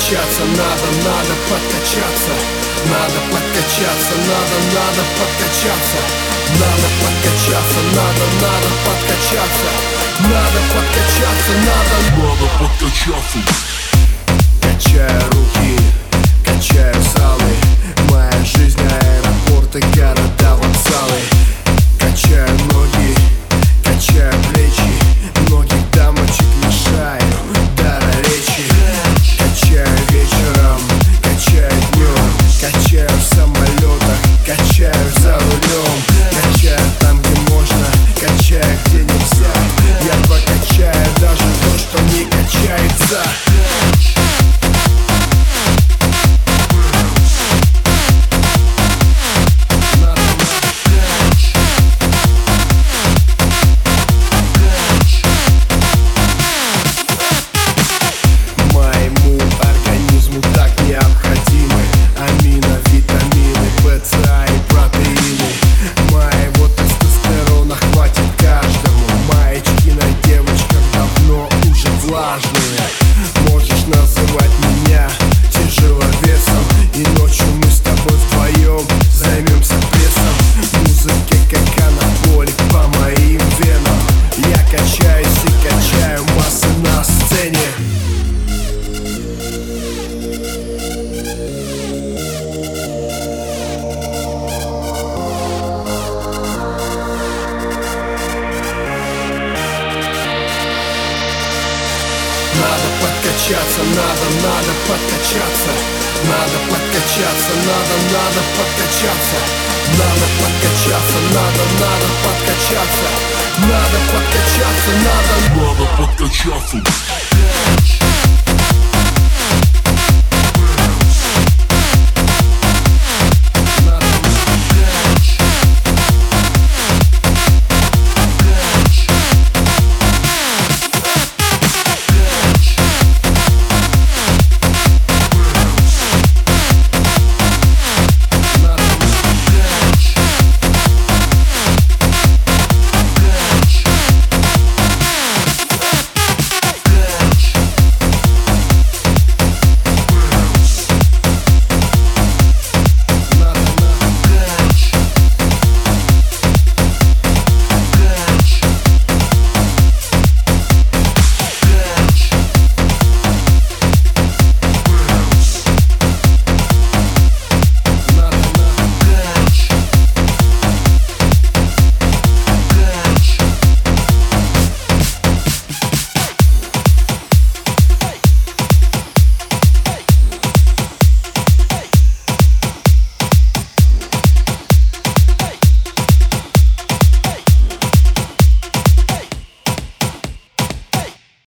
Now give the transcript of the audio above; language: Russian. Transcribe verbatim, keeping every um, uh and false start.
подкачаться, надо, надо подкачаться. Надо подкачаться, надо, надо подкачаться. Надо подкачаться, надо, надо подкачаться. Надо подкачаться, надо, надо подкачаться. Качаю руки, качаю залы. Моя жизнь аэропорты, города, вокзалы. Качаю ноги, качаю плечи. Многих дамочек лишаю дара речи. Качаю вечером, качаю днем. Качаю в самолетах, качаю за рулем. Качаю там, где можно, качаю, где нельзя. Я покачаю даже то, что не качается. Можешь называть меня тяжеловесом, и ночью мы с тобой вдвоем займемся прессом. Музыка как анаболик по моим венам. Я качаюсь и качаю массы на сцене. Надо подкачаться, надо, надо подкачаться. Надо подкачаться, надо, надо подкачаться. Надо подкачаться, надо, надо подкачаться. Надо подкачаться, надо, надо подкачаться.